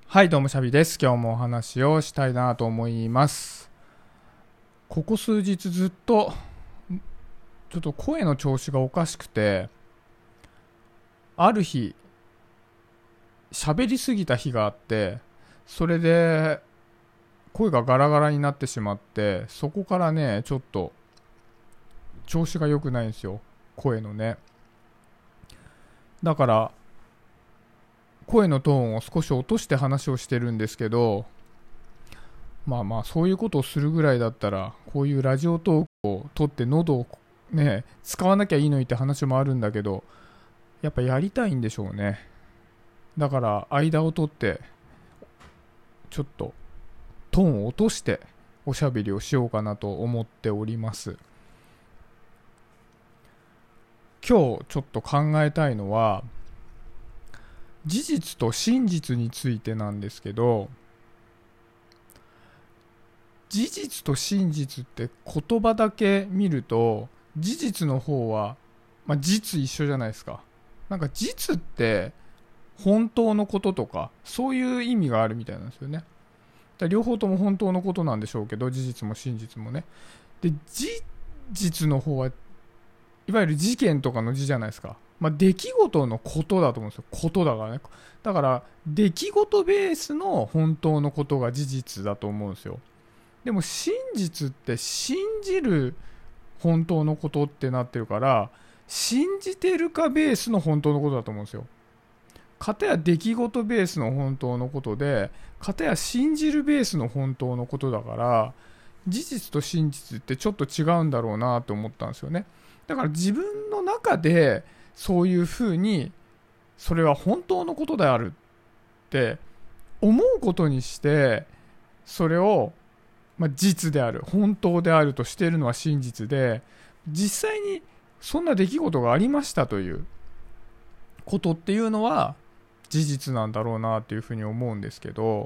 はい、どうもシャビです。今日もお話をしたいなと思います。ここ数日ずっとちょっと声の調子がおかしくて、ある日喋りすぎた日があって、それで声がガラガラになってしまって、そこからねちょっと調子が良くないんですよ、声のね。だから声のトーンを少し落として話をしてるんですけど、そういうことをするぐらいだったら、こういうラジオトークを撮って喉をね使わなきゃいいのにって話もあるんだけど、やっぱやりたいんでしょうね。だから間を取ってちょっとトーンを落としておしゃべりをしようかなと思っております。今日ちょっと考えたいのは事実と真実についてなんですけど、事実と真実って言葉だけ見ると、事実の方は、実一緒じゃないですか。なんか実って本当のこととかそういう意味があるみたいなんですよね。だから両方とも本当のことなんでしょうけど、事実も真実もね。で、事実の方はいわゆる事件とかの字じゃないですか。出来事のことだと思うんですよ。ことだからね。だから出来事ベースの本当のことが事実だと思うんですよ。でも真実って信じる本当のことってなってるから、信じてるかベースの本当のことだと思うんですよ。かたや出来事ベースの本当のことで、かたや信じるベースの本当のことだから、事実と真実ってちょっと違うんだろうなと思ったんですよね。だから自分の中でそういうふうに、それは本当のことであるって思うことにして、それを実である、本当であるとしているのは真実で、実際にそんな出来事がありましたということっていうのは事実なんだろうなっていうふうに思うんですけど、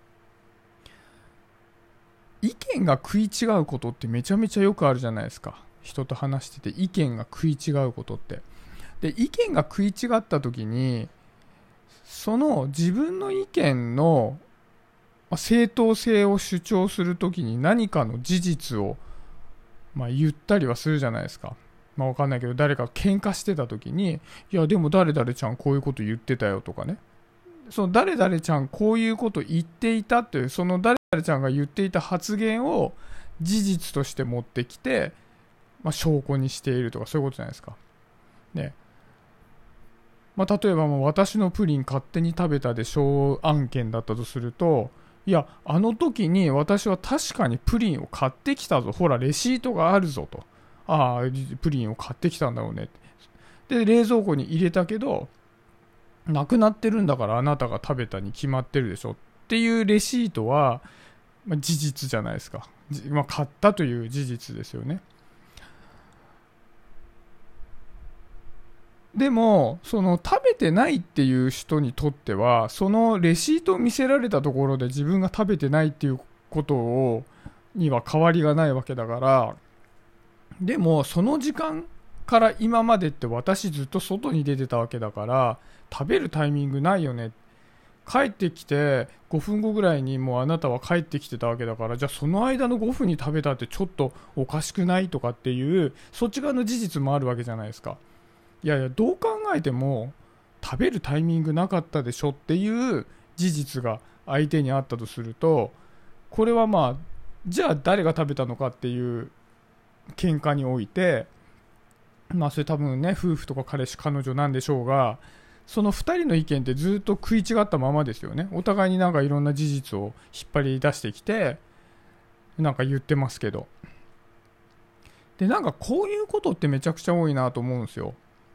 意見が食い違うことってめちゃめちゃよくあるじゃないですか。人と話してて意見が食い違うことって。で、意見が食い違った時に、その自分の意見の正当性を主張するときに何かの事実を、言ったりはするじゃないですか。わかんないけど、誰か喧嘩してたときに、いやでも誰々ちゃんこういうこと言ってたよとかね。その誰々ちゃんこういうこと言っていたという、その誰々ちゃんが言っていた発言を事実として持ってきて、証拠にしているとか、そういうことじゃないですか。ね。例えば私のプリン勝手に食べたでしょう案件だったとすると、いや、あの時に私は確かにプリンを買ってきたぞ。ほら、レシートがあるぞと。ああ、プリンを買ってきたんだろうね。で、冷蔵庫に入れたけど、なくなってるんだからあなたが食べたに決まってるでしょっていうレシートは、事実じゃないですか。買ったという事実ですよね。でもその食べてないっていう人にとっては、そのレシートを見せられたところで自分が食べてないっていうことには変わりがないわけだから。でもその時間から今までって私ずっと外に出てたわけだから、食べるタイミングないよね。帰ってきて5分後ぐらいにもうあなたは帰ってきてたわけだから、じゃあその間の5分に食べたってちょっとおかしくないとかっていう、そっち側の事実もあるわけじゃないですか。いやいや、どう考えても食べるタイミングなかったでしょっていう事実が相手にあったとすると、これはじゃあ誰が食べたのかっていう喧嘩において、それ多分ね、夫婦とか彼氏彼女なんでしょうが、その2人の意見ってずっと食い違ったままですよね。お互いになんかいろんな事実を引っ張り出してきてなんか言ってますけど、でなんかこういうことってめちゃくちゃ多いなと思うんですよ。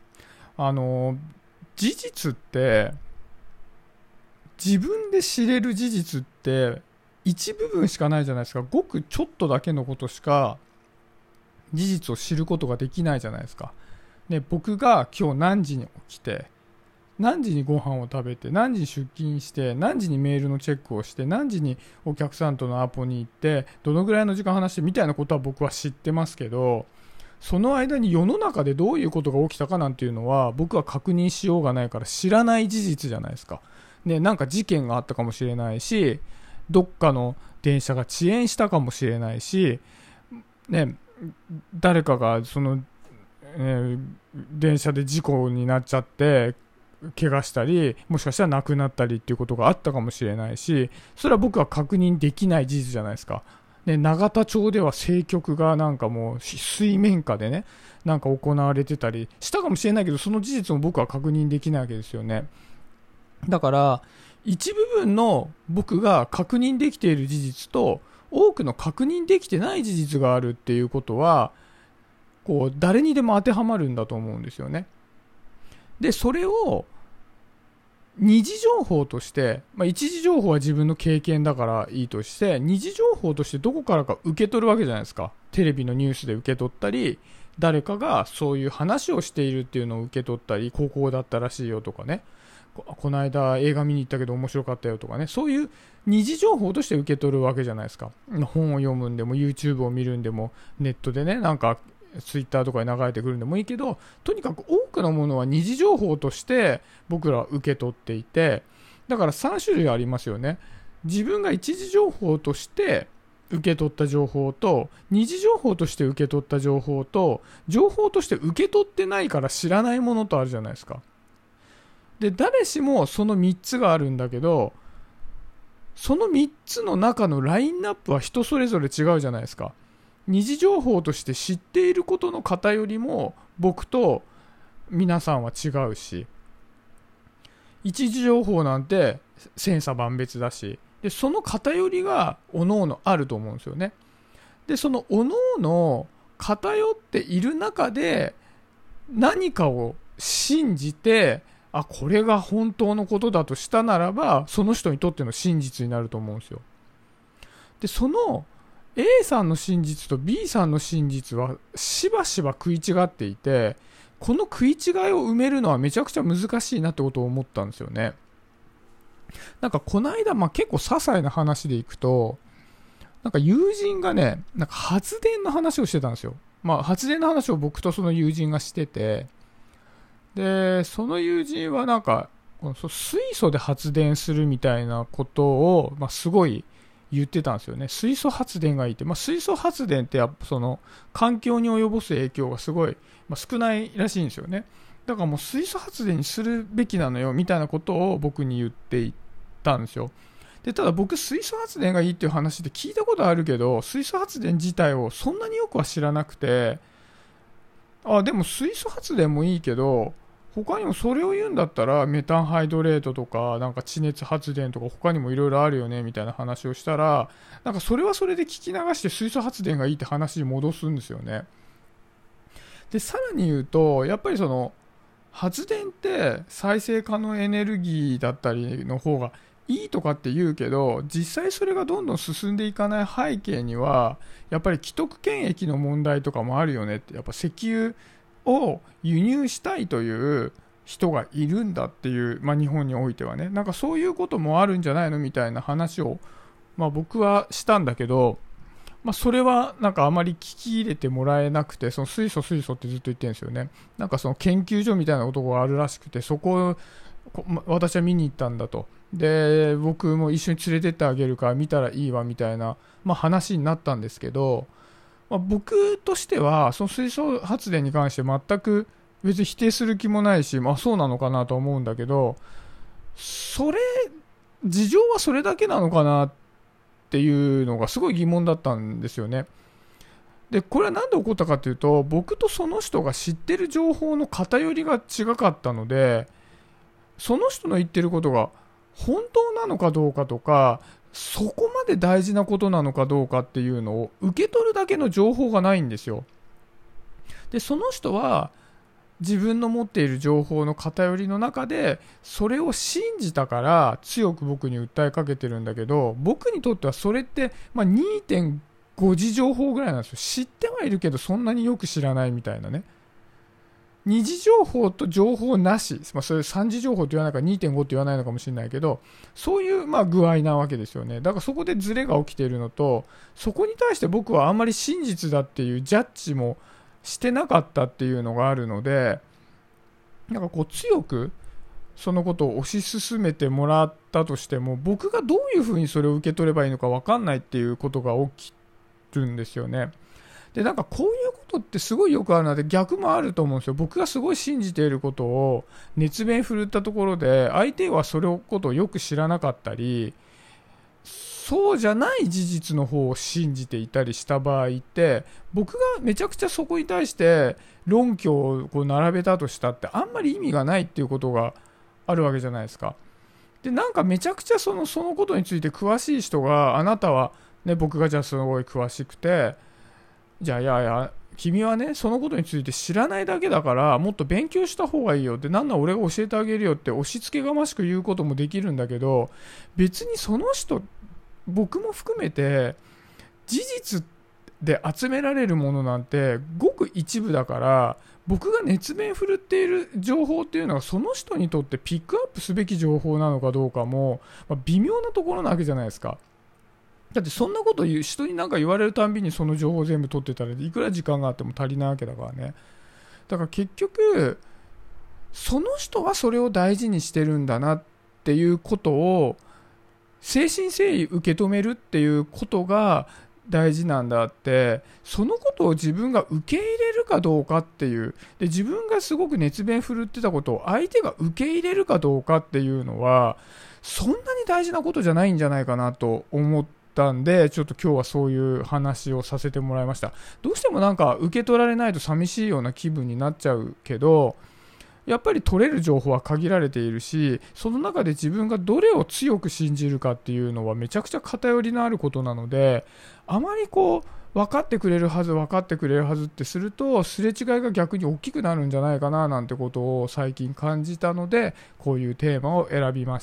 事実って自分で知れる事実って一部分しかないじゃないですか。ごくちょっとだけのことしか事実を知ることができないじゃないですか。で、僕が今日何時に起きて、何時にご飯を食べて、何時に出勤して、何時にメールのチェックをして、何時にお客さんとのアポに行って、どのぐらいの時間話してみたいなことは僕は知ってますけど、その間に世の中でどういうことが起きたかなんていうのは僕は確認しようがないから知らない事実じゃないですか。 ね、なんか事件があったかもしれないし、どっかの電車が遅延したかもしれないし、ね、誰かが電車で事故になっちゃって怪我したり、もしかしたら亡くなったりっていうことがあったかもしれないし、それは僕は確認できない事実じゃないですか。で、永田町では政局がなんかもう水面下でね、なんか行われてたりしたかもしれないけど、その事実も僕は確認できないわけですよね。だから一部分の僕が確認できている事実と、多くの確認できてない事実があるっていうことは、こう誰にでも当てはまるんだと思うんですよね。で、それを二次情報として、一次情報は自分の経験だからいいとして、二次情報としてどこからか受け取るわけじゃないですか。テレビのニュースで受け取ったり、誰かがそういう話をしているっていうのを受け取ったり、高校だったらしいよとかね、この間映画見に行ったけど面白かったよとかね、そういう二次情報として受け取るわけじゃないですか。本を読むんでも YouTube を見るんでも、ネットでね、なんかツイッターとかに流れてくるんでもいいけど、とにかく多くのものは二次情報として僕らは受け取っていて、だから3種類ありますよね。自分が一次情報として受け取った情報と、二次情報として受け取った情報と、情報として受け取ってないから知らないものとあるじゃないですか。で、誰しもその3つがあるんだけど、その3つの中のラインナップは人それぞれ違うじゃないですか。二次情報として知っていることの偏りも僕と皆さんは違うし、一次情報なんて千差万別だし、でその偏りが各々あると思うんですよね。でその各々偏っている中で何かを信じて、これが本当のことだとしたならば、その人にとっての真実になると思うんですよ。でその A さんの真実と B さんの真実はしばしば食い違っていて、この食い違いを埋めるのはめちゃくちゃ難しいなってことを思ったんですよね。なんかこの間、結構些細な話でいくと、なんか友人がね、なんか発電の話をしてたんですよ。発電の話を僕とその友人がしてて、でその友人はなんか水素で発電するみたいなことを、すごい言ってたんですよね。水素発電がいいって、水素発電ってやっぱその環境に及ぼす影響がすごい、少ないらしいんですよね。だからもう水素発電にするべきなのよみたいなことを僕に言っていたんですよ。でただ僕水素発電がいいっていう話で聞いたことあるけど、水素発電自体をそんなによくは知らなくて、でも水素発電もいいけど、他にもそれを言うんだったらメタンハイドレートとかなんか地熱発電とか他にもいろいろあるよねみたいな話をしたら、なんかそれはそれで聞き流して水素発電がいいって話に戻すんですよね。でさらに言うと、やっぱりその発電って再生可能エネルギーだったりの方がいいとかって言うけど、実際それがどんどん進んでいかない背景にはやっぱり既得権益の問題とかもあるよねって。やっぱ石油を輸入したいという人がいるんだっていう、日本においてはね、なんかそういうこともあるんじゃないのみたいな話を、僕はしたんだけど、それはなんかあまり聞き入れてもらえなくて、その水素ってずっと言ってるんですよね。なんかその研究所みたいなところがあるらしくて、そこを私は見に行ったんだと。で僕も一緒に連れてってあげるから見たらいいわみたいな、話になったんですけど、僕としてはその水素発電に関して全く別に否定する気もないし、そうなのかなと思うんだけど、事情はそれだけなのかなっていうのがすごい疑問だったんですよね。でこれは何で起こったかというと、僕とその人が知ってる情報の偏りが違かったので、その人の言ってることが本当なのかどうかとか、そこまで大事なことなのかどうかっていうのを受け取るだけの情報がないんですよ。でその人は自分の持っている情報の偏りの中でそれを信じたから強く僕に訴えかけてるんだけど、僕にとってはそれって、2.5 次情報ぐらいなんですよ。知ってはいるけどそんなによく知らないみたいなね。二次情報と情報なし、それ3次情報と言わないから 2.5 と言わないのかもしれないけど、そういう具合なわけですよね。だからそこでズレが起きているのと、そこに対して僕はあんまり真実だっていうジャッジもしてなかったっていうのがあるので、なんかこう強くそのことを推し進めてもらったとしても、僕がどういうふうにそれを受け取ればいいのか分かんないっていうことが起きるんですよね。で、なんかこういうことってすごいよくあるので、逆もあると思うんですよ。僕がすごい信じていることを熱弁振るったところで、相手はそれをことをよく知らなかったり、そうじゃない事実の方を信じていたりした場合って、僕がめちゃくちゃそこに対して論拠をこう並べたとしたってあんまり意味がないっていうことがあるわけじゃないですか。で、なんかめちゃくちゃそのことについて詳しい人が、あなたはね、僕がじゃあすごい詳しくて、じゃあいやいや君はねそのことについて知らないだけだからもっと勉強した方がいいよって、なんなら俺が教えてあげるよって押し付けがましく言うこともできるんだけど、別にその人、僕も含めて事実で集められるものなんてごく一部だから、僕が熱弁振るっている情報っていうのがその人にとってピックアップすべき情報なのかどうかも、微妙なところなわけじゃないですか。だってそんなこと言う人に何か言われるたんびにその情報を全部取ってたらいくら時間があっても足りないわけだからね。だから結局その人はそれを大事にしてるんだなっていうことを誠心誠意受け止めるっていうことが大事なんだって、そのことを自分が受け入れるかどうかっていう、で自分がすごく熱弁振るってたことを相手が受け入れるかどうかっていうのはそんなに大事なことじゃないんじゃないかなと思ったんで、ちょっと今日はそういう話をさせてもらいました。どうしてもなんか受け取られないと寂しいような気分になっちゃうけど、やっぱり取れる情報は限られているし、その中で自分がどれを強く信じるかっていうのはめちゃくちゃ偏りのあることなので、あまりこう分かってくれるはずってするとすれ違いが逆に大きくなるんじゃないかななんてことを最近感じたので、こういうテーマを選びました。